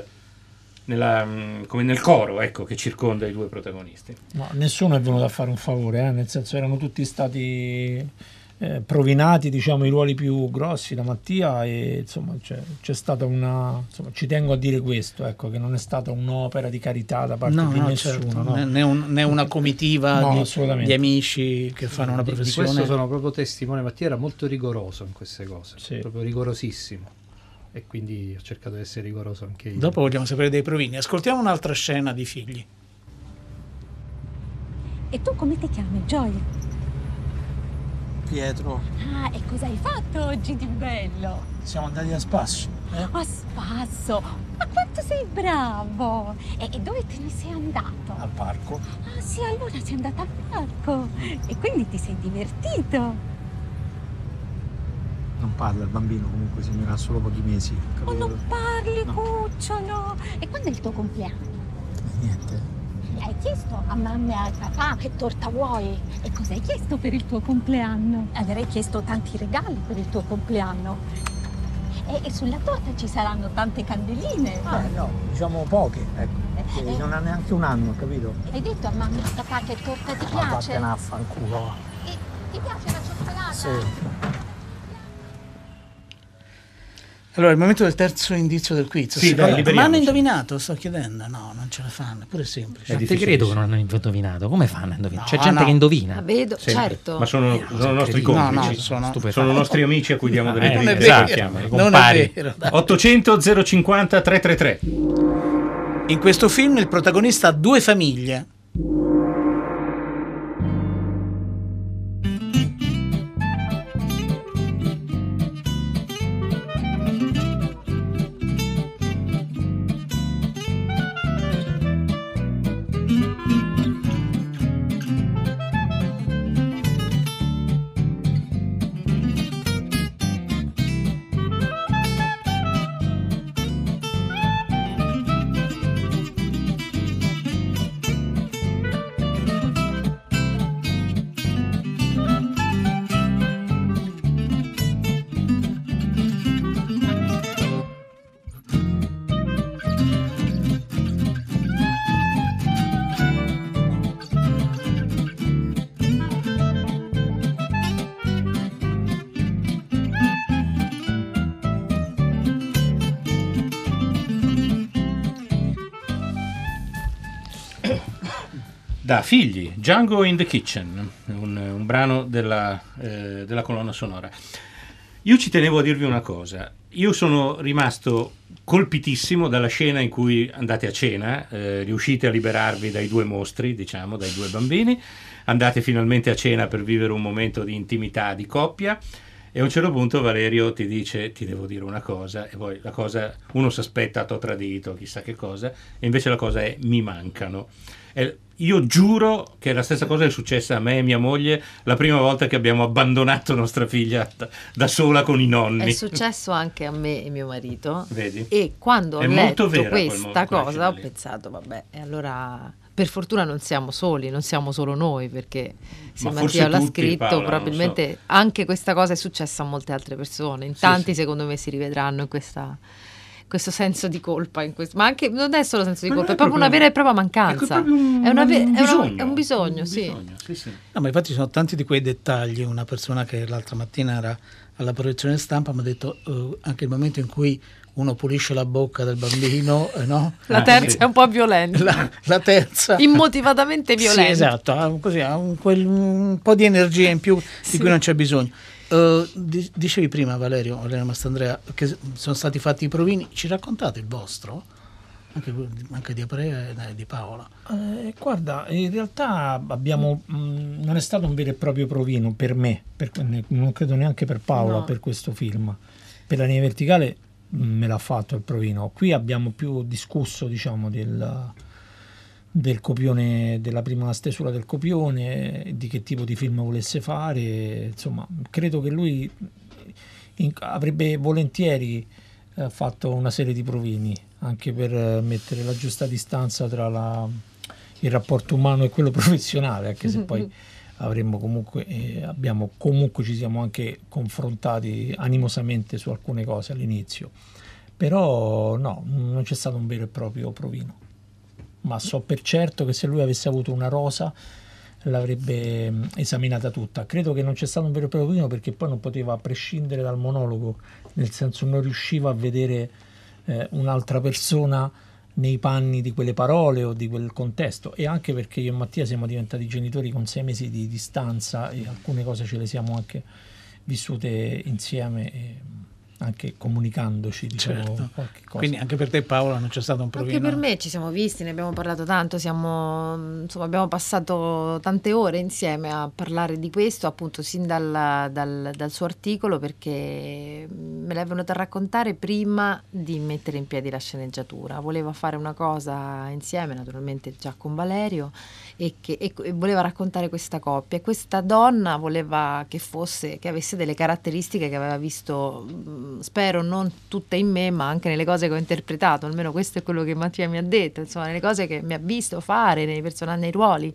come nel coro, ecco, che circonda i 2 protagonisti.
No, nessuno è venuto a fare un favore, nel senso erano tutti stati provinati, diciamo, i ruoli più grossi da Mattia, e insomma c'è stata ci tengo a dire questo, ecco, che non è stata un'opera di carità da parte di nessuno,
certo.
no?
Né una comitiva
No,
di
assolutamente.
amici che fanno una
Di
professione.
questo sono proprio testimone. Mattia era molto rigoroso in queste cose,
Sì.
proprio rigorosissimo, e quindi ho cercato di essere rigoroso anche io.
Dopo vogliamo sapere dei provini. Ascoltiamo un'altra scena di Figli.
E tu come ti chiami, Joy?
Pietro,
Ah, e cosa hai fatto oggi di bello?
siamo andati a spasso.
A spasso! Ma quanto sei bravo! E dove te ne sei andato?
Al parco.
Ah sì, allora sei andata al parco! E quindi ti sei divertito!
Non parla il bambino, comunque signora, ha solo pochi mesi.
Oh, non parli, cucciolo! E quando è il tuo compleanno?
Niente.
Hai chiesto a mamma e al papà che torta vuoi? E cosa hai chiesto per il tuo compleanno? Avrei chiesto tanti regali per il tuo compleanno. E sulla torta ci saranno tante candeline.
No, diciamo poche, ecco. Non ha neanche un anno, capito?
Hai detto a mamma e a papà che torta ti
Ma
piace?
vattene a fanculo.
E ti piace la cioccolata?
Sì.
Allora, il momento del terzo indizio del quiz.
Sì, dai,
ma
liberiamoci.
hanno indovinato? Sto chiedendo. No, non ce la fanno. Eppure è semplice.
È
Te credo che non hanno indovinato. Come fanno a indovinare? C'è
No,
gente
no.
che indovina.
La vedo,
Sempre.
certo.
Ma sono nostri
No,
complici.
no,
Sono nostri amici a cui diamo delle
non è
dritte.
vero.
Esatto.
Non è vero. dai.
800 050 333.
In questo film il protagonista ha 2 famiglie.
da Figli, Django in the Kitchen, un brano della colonna sonora. Io ci tenevo a dirvi una cosa. Io sono rimasto colpitissimo dalla scena in cui andate a cena, riuscite a liberarvi dai due mostri, diciamo, dai due bambini, andate finalmente a cena per vivere un momento di intimità, di coppia, e a un certo punto Valerio ti dice: ti devo dire una cosa, e poi la cosa, uno si aspetta t'ho tradito, chissà che cosa, e invece la cosa è mi mancano. Io giuro che la stessa cosa è successa a me e mia moglie la prima volta che abbiamo abbandonato nostra figlia da sola con i nonni.
È successo anche a me e mio marito.
Vedi?
E quando ho
È
letto
molto vera
questa cosa ho
lì.
pensato, vabbè, e allora per fortuna non siamo soli, non siamo solo noi, perché se
Ma
Mattia
forse
l'ha
tutti,
scritto,
Paola,
probabilmente
non so.
anche questa cosa è successa a molte altre persone. In
Sì,
tanti
sì.
secondo me si rivedranno in questo senso di colpa, ma anche non è solo senso di
Ma non
colpa, è
è
proprio una
proprio-
vera e propria mancanza.
È proprio
un bisogno, sì.
Sì.
No, ma infatti sono tanti di quei dettagli. Una persona che l'altra mattina era alla proiezione stampa mi ha detto anche il momento in cui uno pulisce la bocca del bambino, no?
La terza
sì.
è un po' violenta,
La terza
immotivatamente violenta.
Sì, esatto, ha un po' di energia in più di cui non c'è bisogno. Dicevi prima, Valerio Mastandrea, che sono stati fatti i provini. Ci raccontate il vostro? Anche di Aprea e di Paola.
Guarda, in realtà abbiamo non è stato un vero e proprio provino per me, non credo neanche per Paola,
No.
per questo film. Per La linea verticale me l'ha fatto il provino. Qui abbiamo più discusso, diciamo, del copione, della prima stesura del copione, di che tipo di film volesse fare. Insomma, credo che lui avrebbe volentieri fatto una serie di provini, anche per mettere la giusta distanza tra il rapporto umano e quello professionale, anche se poi avremmo comunque ci siamo anche confrontati animosamente su alcune cose all'inizio, però no, non c'è stato un vero e proprio provino, ma so per certo che se lui avesse avuto una rosa l'avrebbe esaminata tutta. Credo che non c'è stato un vero e proprio provino perché poi non poteva prescindere dal monologo, nel senso non riusciva a vedere un'altra persona nei panni di quelle parole o di quel contesto, e anche perché io e Mattia siamo diventati genitori con 6 mesi di distanza e alcune cose ce le siamo anche vissute insieme, e anche comunicandoci, diciamo,
Certo.
qualche cosa.
Quindi anche per te, Paola, non c'è stato un provino?
Anche per me ci siamo visti, ne abbiamo parlato tanto, abbiamo passato tante ore insieme a parlare di questo, appunto sin dal suo articolo, perché me l'è venuto a raccontare prima di mettere in piedi la sceneggiatura. Voleva fare una cosa insieme, naturalmente già con Valerio, e voleva raccontare questa coppia, e questa donna voleva che avesse delle caratteristiche che aveva visto, spero non tutte in me, ma anche nelle cose che ho interpretato, almeno questo è quello che Mattia mi ha detto, insomma, nelle cose che mi ha visto fare, nei personaggi, nei ruoli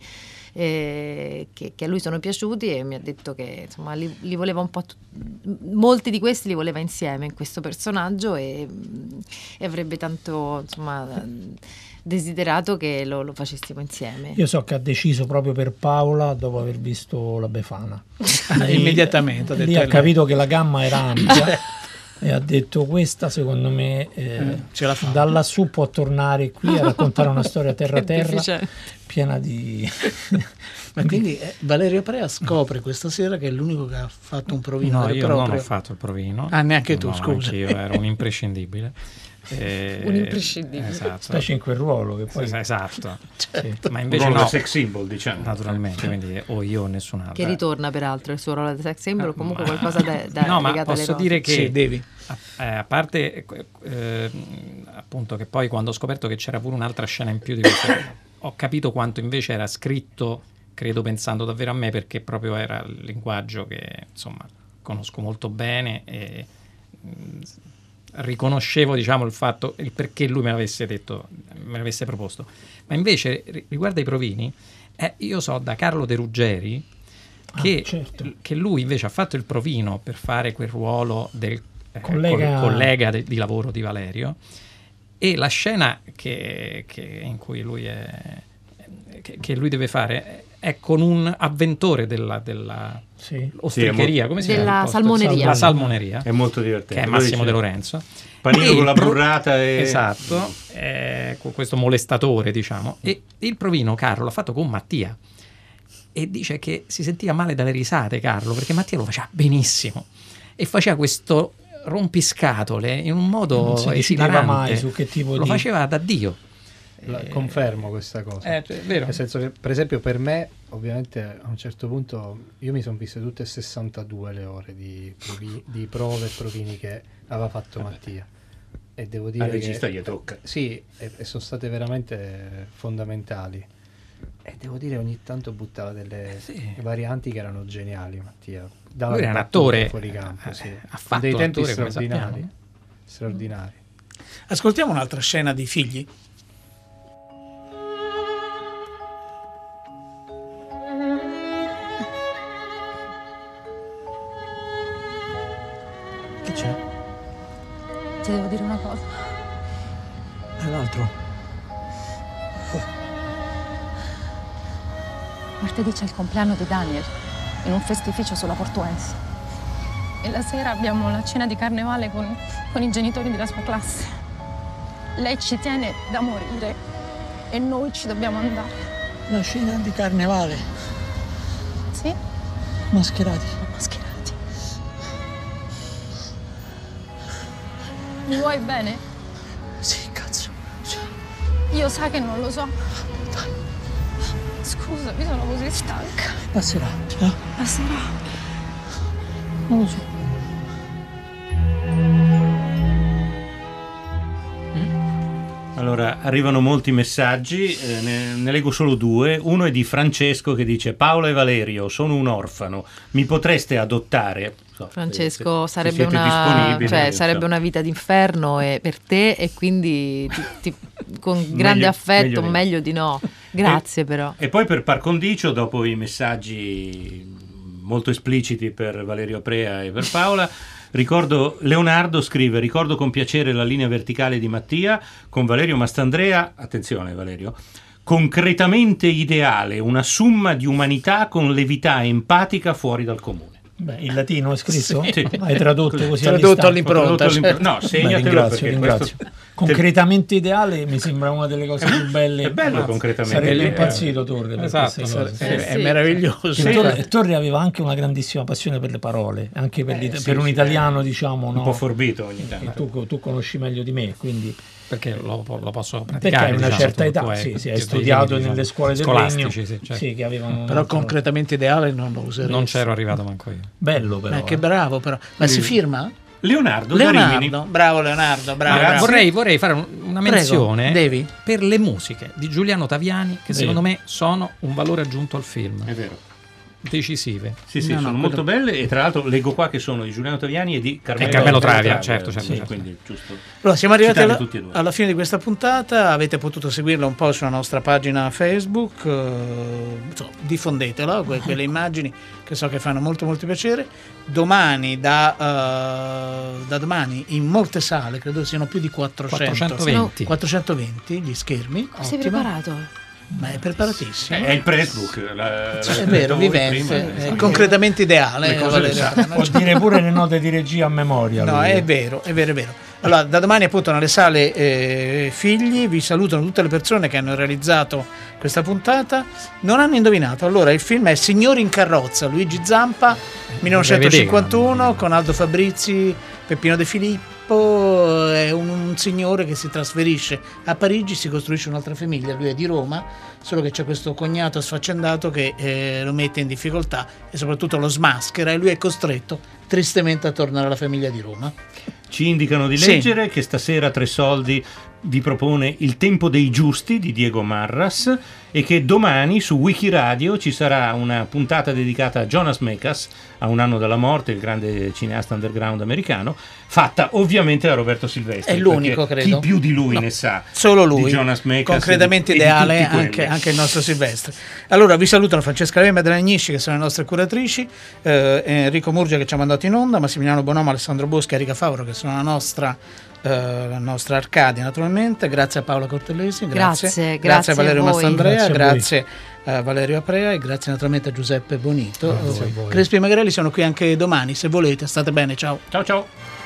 che a lui sono piaciuti, e mi ha detto che insomma li voleva un po' molti di questi li voleva insieme in questo personaggio, e avrebbe tanto, insomma, desiderato che lo facessimo insieme.
Io so che ha deciso proprio per Paola dopo aver visto La Befana.
Immediatamente
lì ha capito che la gamma era ampia e ha detto: questa secondo me
ce la fa.
da lassù può tornare qui a raccontare una storia terra
Che
terra
difficile.
piena di
Ma quindi Valerio Aprea scopre questa sera che è l'unico che ha fatto un provino
No,
vero e
io
proprio.
non ho fatto il provino.
Ah, neanche tu,
No,
scusa.
Io ero un imprescindibile.
Un imprescindibile.
Esatto.
specie in quel ruolo che poi
Esatto.
Sì.
Ma
Un
invece
ruolo da
no,
sex symbol, diciamo.
naturalmente, quindi o io o nessun altro.
Che ritorna peraltro il suo ruolo di sex symbol, comunque qualcosa da
No, ma
legato alle
posso
cose.
dire che
Sì, devi.
a parte appunto che poi quando ho scoperto che c'era pure un'altra scena in più di questo, ho capito quanto invece era scritto, credo pensando davvero a me, perché proprio era il linguaggio che insomma conosco molto bene, e riconoscevo, diciamo, il perché lui me l'avesse detto, me l'avesse proposto. Ma invece riguardo ai provini, io so da Carlo De Ruggeri che lui invece ha fatto il provino per fare quel ruolo del collega di lavoro di Valerio, e la scena in cui lui che lui deve fare è con un avventore della ostricheria, come si chiama?
Della salmoneria.
La salmoneria.
È molto divertente.
Che è Massimo De Lorenzo.
Panino con la burrata e...
Esatto, con questo molestatore, diciamo. E il provino Carlo l'ha fatto con Mattia. E dice che si sentiva male dalle risate Carlo, perché Mattia lo faceva benissimo. E faceva questo rompiscatole in un modo
non si
esilarante.
mai su che tipo
lo faceva da Dio.
Confermo questa cosa.
È vero.
Nel senso che, per esempio, per me, ovviamente, a un certo punto, io mi sono viste tutte 62 le ore di prove e provini che aveva fatto Mattia. E devo dire
al regista
che
gli tocca.
Sì, e sono state veramente fondamentali. E devo dire, ogni tanto buttava delle varianti che erano geniali, Mattia.
Lui era un attore
fuori campo, sì.
Ha fatto
dei tempi
l'attore,
straordinari. Straordinari.
Ascoltiamo un'altra scena di Figli.
Che c'è?
Ti devo dire una cosa.
È l'altro.
Martedì c'è il compleanno di Daniel in un festificio sulla Portuense. E la sera abbiamo la cena di carnevale con i genitori della sua classe. Lei ci tiene da morire e noi ci dobbiamo andare.
La cena di carnevale?
Sì?
Mascherati.
Mascherati. Mi vuoi bene?
Sì, cazzo.
Io sa che non lo so. Scusa, mi sono così stanca.
Passerà.
Passerà.
Non lo so.
Allora, arrivano molti messaggi, ne leggo solo due. Uno è di Francesco che dice: Paola e Valerio, sono un orfano, mi potreste adottare?
Francesco,
se
sarebbe,
siete disponibili,
sarebbe una vita d'inferno per te, e quindi con grande affetto meglio di no. Grazie però.
E poi per par condicio, dopo i messaggi molto espliciti per Valerio Aprea e per Paola, Leonardo scrive: ricordo con piacere la linea verticale di Mattia con Valerio Mastandrea, attenzione Valerio, concretamente ideale, una summa di umanità con levità empatica fuori dal comune.
Beh, in latino è scritto?
Sì.
Hai tradotto così
tradotto all'impronta.
No, segnatelo.
Ringrazio. Concretamente ideale mi sembra una delle cose più belle.
È bello concretamente.
Sarebbe impazzito Torre.
Esatto,
è meraviglioso.
Torre aveva anche una grandissima passione per le parole, anche per un italiano, diciamo,
un po' forbito ogni tanto.
Tu conosci meglio di me, quindi
perché lo posso praticare.
Perché hai una certa età, hai studiato nelle scuole del Regno,
certo.
che avevano
però concretamente ideale non lo userei.
Non c'ero arrivato manco io.
Bello però.
Che bravo però. Ma si firma?
Leonardo,
bravo Leonardo, bravo.
Vorrei fare una menzione.
Devi?
Per le musiche di Giuliano Taviani, che secondo me sono un valore aggiunto al film.
È vero.
Decisive.
Sì, sono molto belle, e tra l'altro leggo qua che sono di Giuliano Taviani e di
Carmelo Travia, certo.
Quindi giusto.
Allora, siamo arrivati alla fine di questa puntata. Avete potuto seguirla un po' sulla nostra pagina Facebook, diffondetela, quelle immagini che so che fanno molto molto piacere. Domani da domani in molte sale, credo siano più di 420 gli schermi.
Come sei preparato?
Ma è preparatissimo.
È il pressbook,
è vero, vivente, concretamente ideale.
Può dire pure le note di regia a memoria.
No, è vero. Allora, da domani appunto nelle sale Figli vi salutano tutte le persone che hanno realizzato questa puntata. Non hanno indovinato. Allora, il film è Signori in carrozza, Luigi Zampa, 1951, con Aldo Fabrizi, Peppino De Filippo. È un signore che si trasferisce a Parigi, si costruisce un'altra famiglia. Lui è di Roma, solo che c'è questo cognato sfaccendato che lo mette in difficoltà e soprattutto lo smaschera, e lui è costretto tristemente a tornare alla famiglia di Roma.
Ci indicano di leggere che stasera Tre Soldi vi propone Il tempo dei giusti di Diego Marras, e che domani su Wikiradio ci sarà una puntata dedicata a Jonas Mekas, a un anno dalla morte, il grande cineasta underground americano, fatta ovviamente da Roberto Silvestri.
È l'unico, credo.
Chi più di lui ne sa?
Solo lui.
Di Jonas Mekas,
concretamente ideale anche il nostro Silvestri. Allora vi salutano Francesca Lema e Madeleine Agnisci, che sono le nostre curatrici, Enrico Murgia che ci ha mandato in onda, Massimiliano Bonomo, Alessandro Boschi e Erika Favaro, che sono la nostra la nostra Arcadia naturalmente, grazie a Paola Cortellesi, grazie a Valerio
voi.
Mastandrea, grazie a Valerio Aprea e grazie naturalmente a Giuseppe Bonito. Crespi e Magrelli sono qui anche domani, se volete, state bene, ciao.
Ciao ciao.